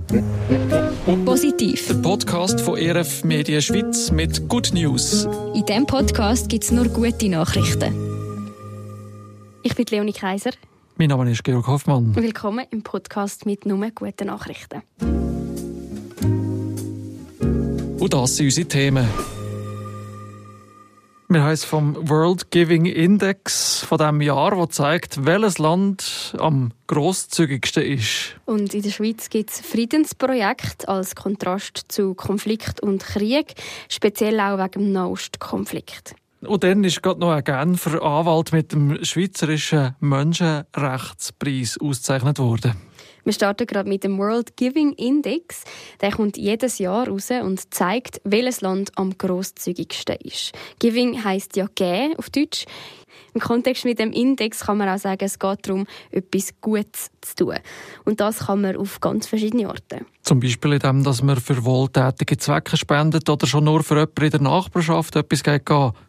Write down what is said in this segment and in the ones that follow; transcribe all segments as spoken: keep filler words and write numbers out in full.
Positiv. Der Podcast von E R F Media Schweiz mit Good News. In diesem Podcast gibt es nur gute Nachrichten. Ich bin Leonie Kaiser. Mein Name ist Georg Hoffmann. Willkommen im Podcast mit nur guten Nachrichten. Und das sind unsere Themen. Wir haben es vom World Giving Index von diesem Jahr, der zeigt, welches Land am grosszügigsten ist. Und in der Schweiz gibt es Friedensprojekte als Kontrast zu Konflikt und Krieg, speziell auch wegen dem Nahostkonflikt. Und dann ist gerade noch ein Genfer Anwalt mit dem Schweizerischen Menschenrechtspreis ausgezeichnet worden. Wir starten gerade mit dem World Giving Index. Der kommt jedes Jahr raus und zeigt, welches Land am grosszügigsten ist. Giving heisst ja geben auf Deutsch. Im Kontext mit dem Index kann man auch sagen, es geht darum, etwas Gutes zu tun. Und das kann man auf ganz verschiedene Arten. Zum Beispiel indem, dass man für wohltätige Zwecke spendet oder schon nur für jemanden in der Nachbarschaft etwas geht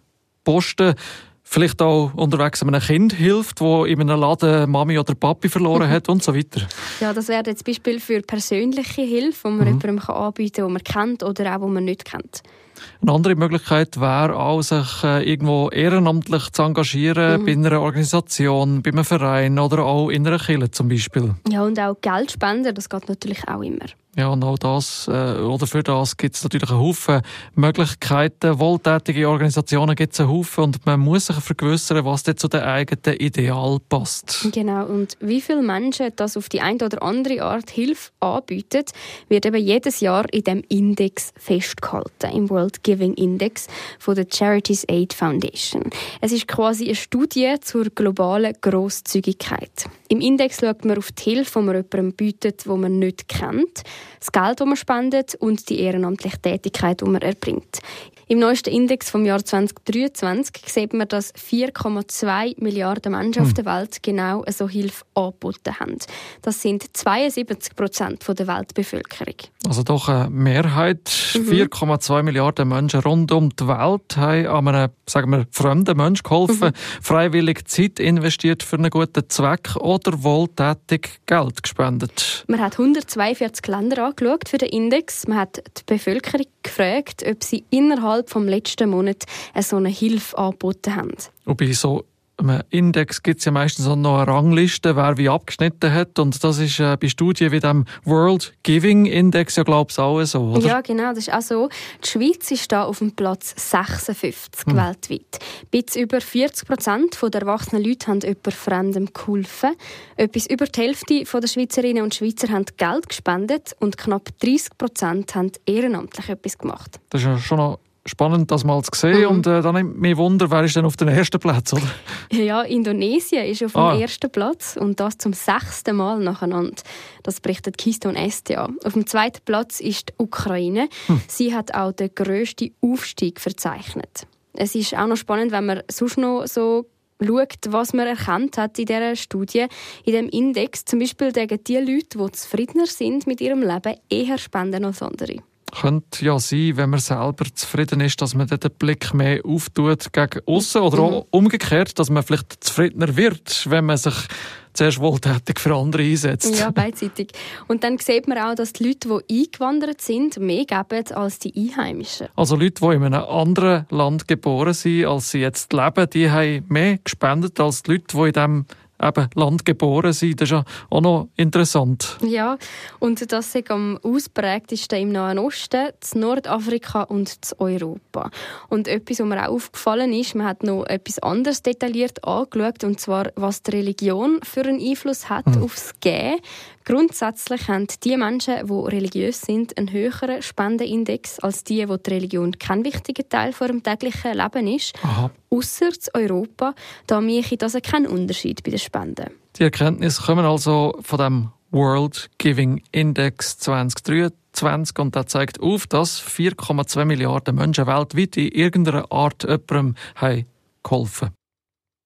posten. Vielleicht auch unterwegs einem Kind hilft, das in einem Laden Mami oder Papi verloren hat und so weiter. Ja, das wäre jetzt Beispiel für persönliche Hilfe, die man mhm. jemandem anbieten kann, den man kennt oder auch den man nicht kennt. Eine andere Möglichkeit wäre auch, sich irgendwo ehrenamtlich zu engagieren, mhm. bei einer Organisation, bei einem Verein oder auch in einer Kirche zum Beispiel. Ja, und auch Geldspender, das geht natürlich auch immer. Ja, und auch das, äh, oder für das gibt es natürlich einen Haufen Möglichkeiten. Wohltätige Organisationen gibt es einen Haufen und man muss sich vergewissern, was zu dem eigenen Ideal passt. Genau, und wie viele Menschen das auf die eine oder andere Art Hilfe anbieten, wird eben jedes Jahr in diesem Index festgehalten, im World Giving Index von der Charities Aid Foundation. Es ist quasi eine Studie zur globalen Grosszügigkeit. Im Index schaut man auf die Hilfe, die man jemandem bietet, die man nicht kennt, das Geld, das man spendet und die ehrenamtliche Tätigkeit, die man erbringt. Im neuesten Index vom Jahr zwanzig dreiundzwanzig sieht man, dass vier Komma zwei Milliarden Menschen hm. auf der Welt genau so Hilfe angeboten haben. Das sind zweiundsiebzig Prozent der Weltbevölkerung. Also doch eine Mehrheit. Mhm. vier Komma zwei Milliarden Menschen rund um die Welt haben an einem, sagen wir, fremden Menschen geholfen, mhm. freiwillig Zeit investiert für einen guten Zweck oder wohltätig Geld gespendet. Man hat hundertzweiundvierzig Länder angeschaut für den Index. Man hat die Bevölkerung gefragt, ob sie innerhalb vom letzten Monat so eine Hilfe angeboten haben. Und bei so einem Index gibt es ja meistens auch noch eine Rangliste, wer wie abgeschnitten hat. Und das ist äh, bei Studien wie dem World Giving Index ja, glaube ich, auch so, oder? Ja, genau, das ist auch so. Die Schweiz ist da auf dem Platz sechsundfünfzig hm. weltweit. Bis über vierzig Prozent der erwachsenen Leute haben jemand Fremdem geholfen. Etwas über die Hälfte der Schweizerinnen und Schweizer haben Geld gespendet und knapp dreißig Prozent haben ehrenamtlich etwas gemacht. Das ist ja schon noch spannend, das mal zu sehen. Mhm. Und äh, dann nimmt mich Wunder, wer ist denn auf dem ersten Platz, oder? Ja, Indonesien ist auf ah. dem ersten Platz und das zum sechsten Mal nacheinander. Das berichtet Keystone S T A. Auf dem zweiten Platz ist die Ukraine. Hm. Sie hat auch den grössten Aufstieg verzeichnet. Es ist auch noch spannend, wenn man sonst noch so schaut, was man erkannt hat in dieser Studie, in diesem Index. Zum Beispiel gegen die Leute, die zufriedener sind mit ihrem Leben, eher spenden als andere. Könnte ja sein, wenn man selber zufrieden ist, dass man den Blick mehr auftut gegen aussen oder auch umgekehrt, dass man vielleicht zufriedener wird, wenn man sich zuerst wohltätig für andere einsetzt. Ja, beidseitig. Und dann sieht man auch, dass die Leute, die eingewandert sind, mehr geben als die Einheimischen. Also Leute, die in einem anderen Land geboren sind, als sie jetzt leben, die haben mehr gespendet als die Leute, die in diesem eben Land geboren sind. Das ist ja auch noch interessant. Ja, und das ist am ausprägtesten im Nahen Osten, in Nordafrika und in Europa. Und etwas, was mir auch aufgefallen ist, man hat noch etwas anderes detailliert angeschaut, und zwar, was die Religion für einen Einfluss hat mhm. aufs Geben. Grundsätzlich haben die Menschen, die religiös sind, einen höheren Spendenindex als die, wo die Religion kein wichtiger Teil von ihrem täglichen Leben ist. Ausser in Europa, da mache das keinen Unterschied bei den Spenden. Die Erkenntnisse kommen also von dem World Giving Index zwanzig dreiundzwanzig und der zeigt auf, dass vier Komma zwei Milliarden Menschen weltweit in irgendeiner Art jemandem haben geholfen.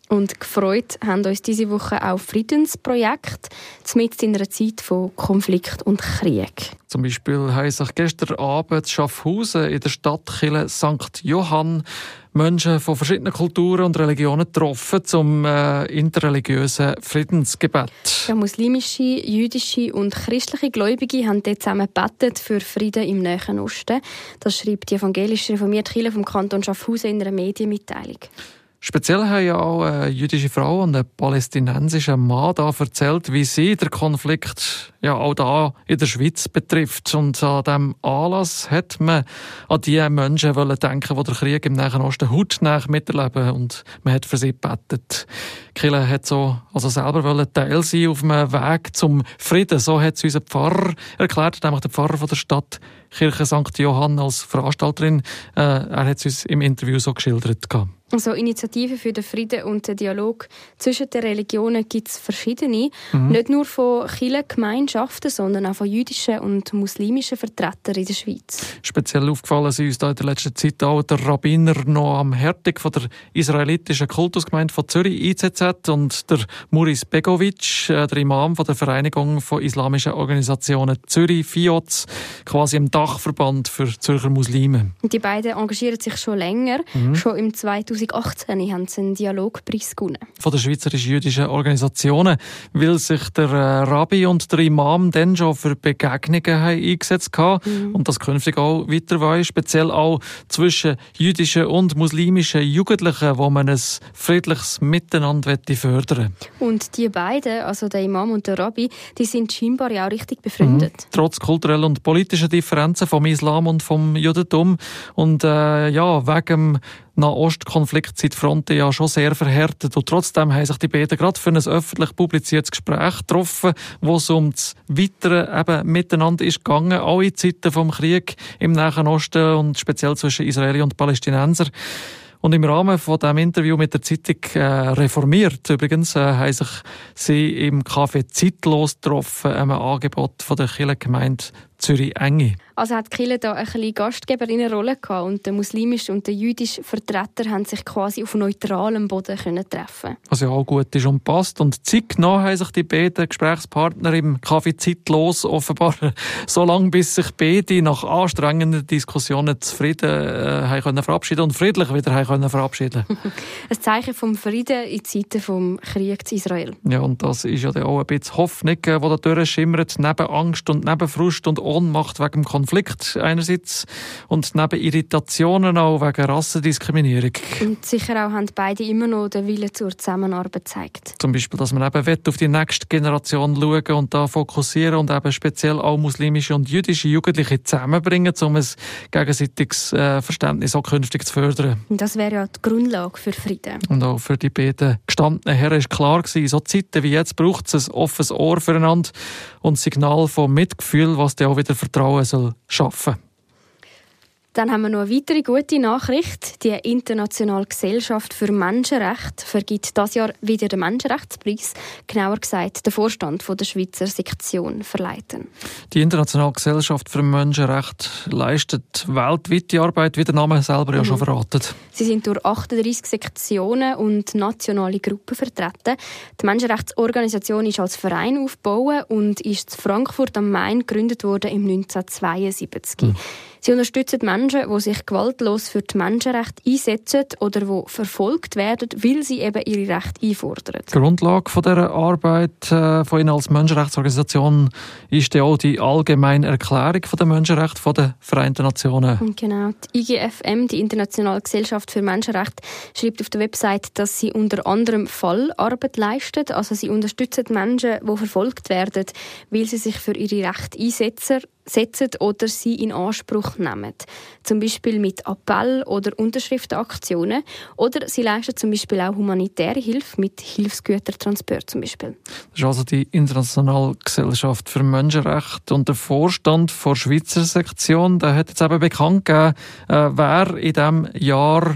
Und gefreut haben uns diese Woche auch Friedensprojekte, mitten in einer Zeit von Konflikt und Krieg. Zum Beispiel haben sich gestern Abend in Schaffhausen in der Stadtkirche Sankt Johann Menschen von verschiedenen Kulturen und Religionen getroffen zum äh, interreligiösen Friedensgebet. Ja, muslimische, jüdische und christliche Gläubige haben dort zusammen gebetet für Frieden im Nahen Osten. Das schreibt die evangelische reformierte Kirche vom Kanton Schaffhausen in einer Medienmitteilung. Speziell haben ja auch eine jüdische Frau und ein palästinensischer Mann da erzählt, wie sie der Konflikt ja auch da in der Schweiz betrifft. Und an diesem Anlass hat man an die Menschen wollen denken, die den Krieg im Nahen Osten hautnah miterleben. Und man hat für sie gebetet. Kille hat so also selber wollen Teil sein auf einem Weg zum Frieden. So hat es unser Pfarrer erklärt, nämlich der Pfarrer von der Stadt Kirche Sankt Johann als Veranstalterin. Äh, er hat es uns im Interview so geschildert. Also Initiativen für den Frieden und den Dialog zwischen den Religionen gibt es verschiedene. Mhm. Nicht nur von Kirchengemeinschaften, sondern auch von jüdischen und muslimischen Vertretern in der Schweiz. Speziell aufgefallen sind uns da in der letzten Zeit auch der Rabbiner Noam Hertig von der israelitischen Kultusgemeinde von Zürich, I Z Z, und der Muris Begovic, der Imam von der Vereinigung von islamischen Organisationen Zürich, F I O Z, quasi im Dachverband für Zürcher Muslime. Die beiden engagieren sich schon länger. Mhm. Schon im zweitausendachtzehn haben sie einen Dialogpreis gewonnen. Von den schweizerisch-jüdischen Organisationen, weil sich der Rabbi und der Imam dann schon für Begegnungen haben eingesetzt haben mhm. und das künftig auch weiter war, speziell auch zwischen jüdischen und muslimischen Jugendlichen, wo man ein friedliches Miteinander fördern will. Und die beiden, also der Imam und der Rabbi, die sind scheinbar ja auch richtig befreundet. Mhm. Trotz kultureller und politischer Differenzen vom Islam und vom Judentum. Und äh, ja, wegen dem Nahostkonflikt sind die Fronten ja schon sehr verhärtet. Und trotzdem haben sich die beiden gerade für ein öffentlich publiziertes Gespräch getroffen, wo es um das Weitere eben miteinander ist gegangen, auch in Zeiten vom Krieg im Nahen Osten und speziell zwischen Israeli und Palästinenser. Und im Rahmen von dem Interview mit der Zeitung äh, «Reformiert» übrigens, äh, haben sich sie im Café «Zeitlos» getroffen, einem Angebot von der Kirchengemeinde Zürich-Enge. Also hat die Kirche da ein bisschen Gastgeberinnenrolle gehabt und der muslimische und der jüdische Vertreter haben sich quasi auf neutralem Boden können treffen. Was ja auch gut ist und passt. Und zeitnah haben sich die beiden Gesprächspartner im Café «Zeitlos» offenbar so lange, bis sich beide nach anstrengenden Diskussionen zufrieden äh, haben können verabschieden und friedlich wieder haben können verabschieden. Ein Zeichen vom Frieden in Zeiten vom Krieg zu Israel. Ja, und das ist ja auch ein bisschen Hoffnung, die da durchschimmert, neben Angst und neben Frust und Ohnmacht wegen dem Konflikt einerseits und neben Irritationen auch wegen Rassendiskriminierung. Und sicher auch haben beide immer noch den Willen zur Zusammenarbeit gezeigt. Zum Beispiel, dass man eben auf die nächste Generation schauen und da fokussieren und eben speziell auch muslimische und jüdische Jugendliche zusammenbringen, um ein gegenseitiges äh, Verständnis auch künftig zu fördern. Und das wäre ja die Grundlage für Frieden. Und auch für die beiden gestandenen Herren ist klar gewesen, so Zeiten wie jetzt braucht es ein offenes Ohr füreinander und ein Signal von Mitgefühl, was dann auch wieder Vertrauen soll schaffen. Dann haben wir noch eine weitere gute Nachricht. Die Internationale Gesellschaft für Menschenrechte vergibt dieses Jahr wieder den Menschenrechtspreis, genauer gesagt der Vorstand von der Schweizer Sektion verleihen. Die Internationale Gesellschaft für Menschenrechte leistet weltweite Arbeit, wie der Name selber mhm. ja schon verraten. Sie sind durch achtunddreissig Sektionen und nationale Gruppen vertreten. Die Menschenrechtsorganisation ist als Verein aufgebaut und ist in Frankfurt am Main gegründet worden im neunzehnhundertzweiundsiebzig. Mhm. Sie unterstützen Menschen, die sich gewaltlos für die Menschenrechte einsetzen oder die verfolgt werden, weil sie eben ihre Rechte einfordern. Die Grundlage von dieser Arbeit äh, von Ihnen als Menschenrechtsorganisation ist ja auch die allgemeine Erklärung der Menschenrechte der Vereinten Nationen. Genau. Die I G F M, die Internationale Gesellschaft für Menschenrechte, schreibt auf der Website, dass sie unter anderem Fallarbeit leistet. Also sie unterstützen Menschen, die verfolgt werden, weil sie sich für ihre Rechte einsetzen setzen oder sie in Anspruch nehmen. Zum Beispiel mit Appell- oder Unterschriftenaktionen. Oder sie leisten zum Beispiel auch humanitäre Hilfe mit Hilfsgütertransport zum Beispiel. Das ist also die Internationale Gesellschaft für Menschenrechte und der Vorstand der Schweizer Sektion, der hat jetzt eben bekannt gegeben, äh, wer in diesem Jahr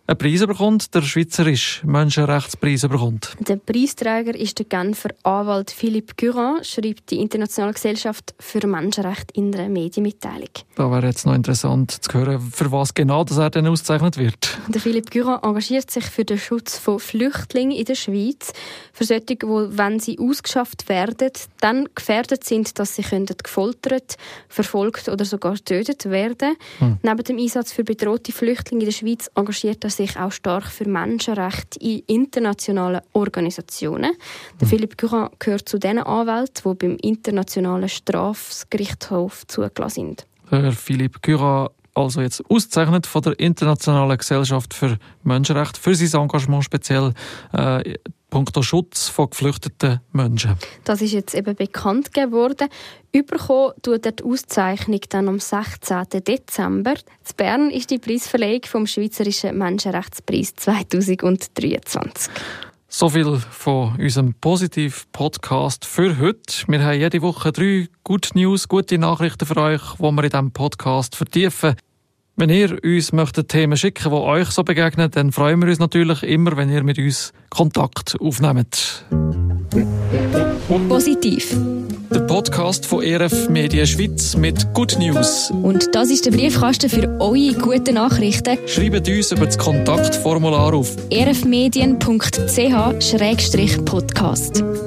einen Preis bekommt, der schweizerische Menschenrechtspreis bekommt. Der Preisträger ist der Genfer Anwalt Philippe Curran, schreibt die Internationale Gesellschaft für Menschenrechte in einer Medienmitteilung. Da wäre jetzt noch interessant zu hören, für was genau dass er denn ausgezeichnet wird. Der Philippe Curran engagiert sich für den Schutz von Flüchtlingen in der Schweiz, für solche, die, wenn sie ausgeschafft werden, dann gefährdet sind, dass sie gefoltert, verfolgt oder sogar getötet werden. Hm. Neben dem Einsatz für bedrohte Flüchtlinge in der Schweiz engagiert er sich auch stark für Menschenrechte in internationalen Organisationen. Der hm. Philippe Curran gehört zu den Anwälten, die beim Internationalen Strafgerichtshof zugelassen sind. Der Philippe Curran also jetzt ausgezeichnet von der Internationalen Gesellschaft für Menschenrechte für sein Engagement speziell äh, punkto Schutz von geflüchteten Menschen. Das ist jetzt eben bekannt geworden. Überkommen tut er die Auszeichnung dann am sechzehnten Dezember. In Bern ist die Preisverleihung vom Schweizerischen Menschenrechtspreis zweitausenddreiundzwanzig. So viel von unserem Positiv-Podcast für heute. Wir haben jede Woche drei Good News, gute Nachrichten für euch, die wir in diesem Podcast vertiefen. Wenn ihr uns möchtet Themen schicken, die euch so begegnen, dann freuen wir uns natürlich immer, wenn ihr mit uns Kontakt aufnehmt. Positiv. Der Podcast von E R F Medien Schweiz mit Good News. Und das ist der Briefkasten für eure guten Nachrichten. Schreibt uns über das Kontaktformular auf e r f medien punkt c h schrägstrich podcast.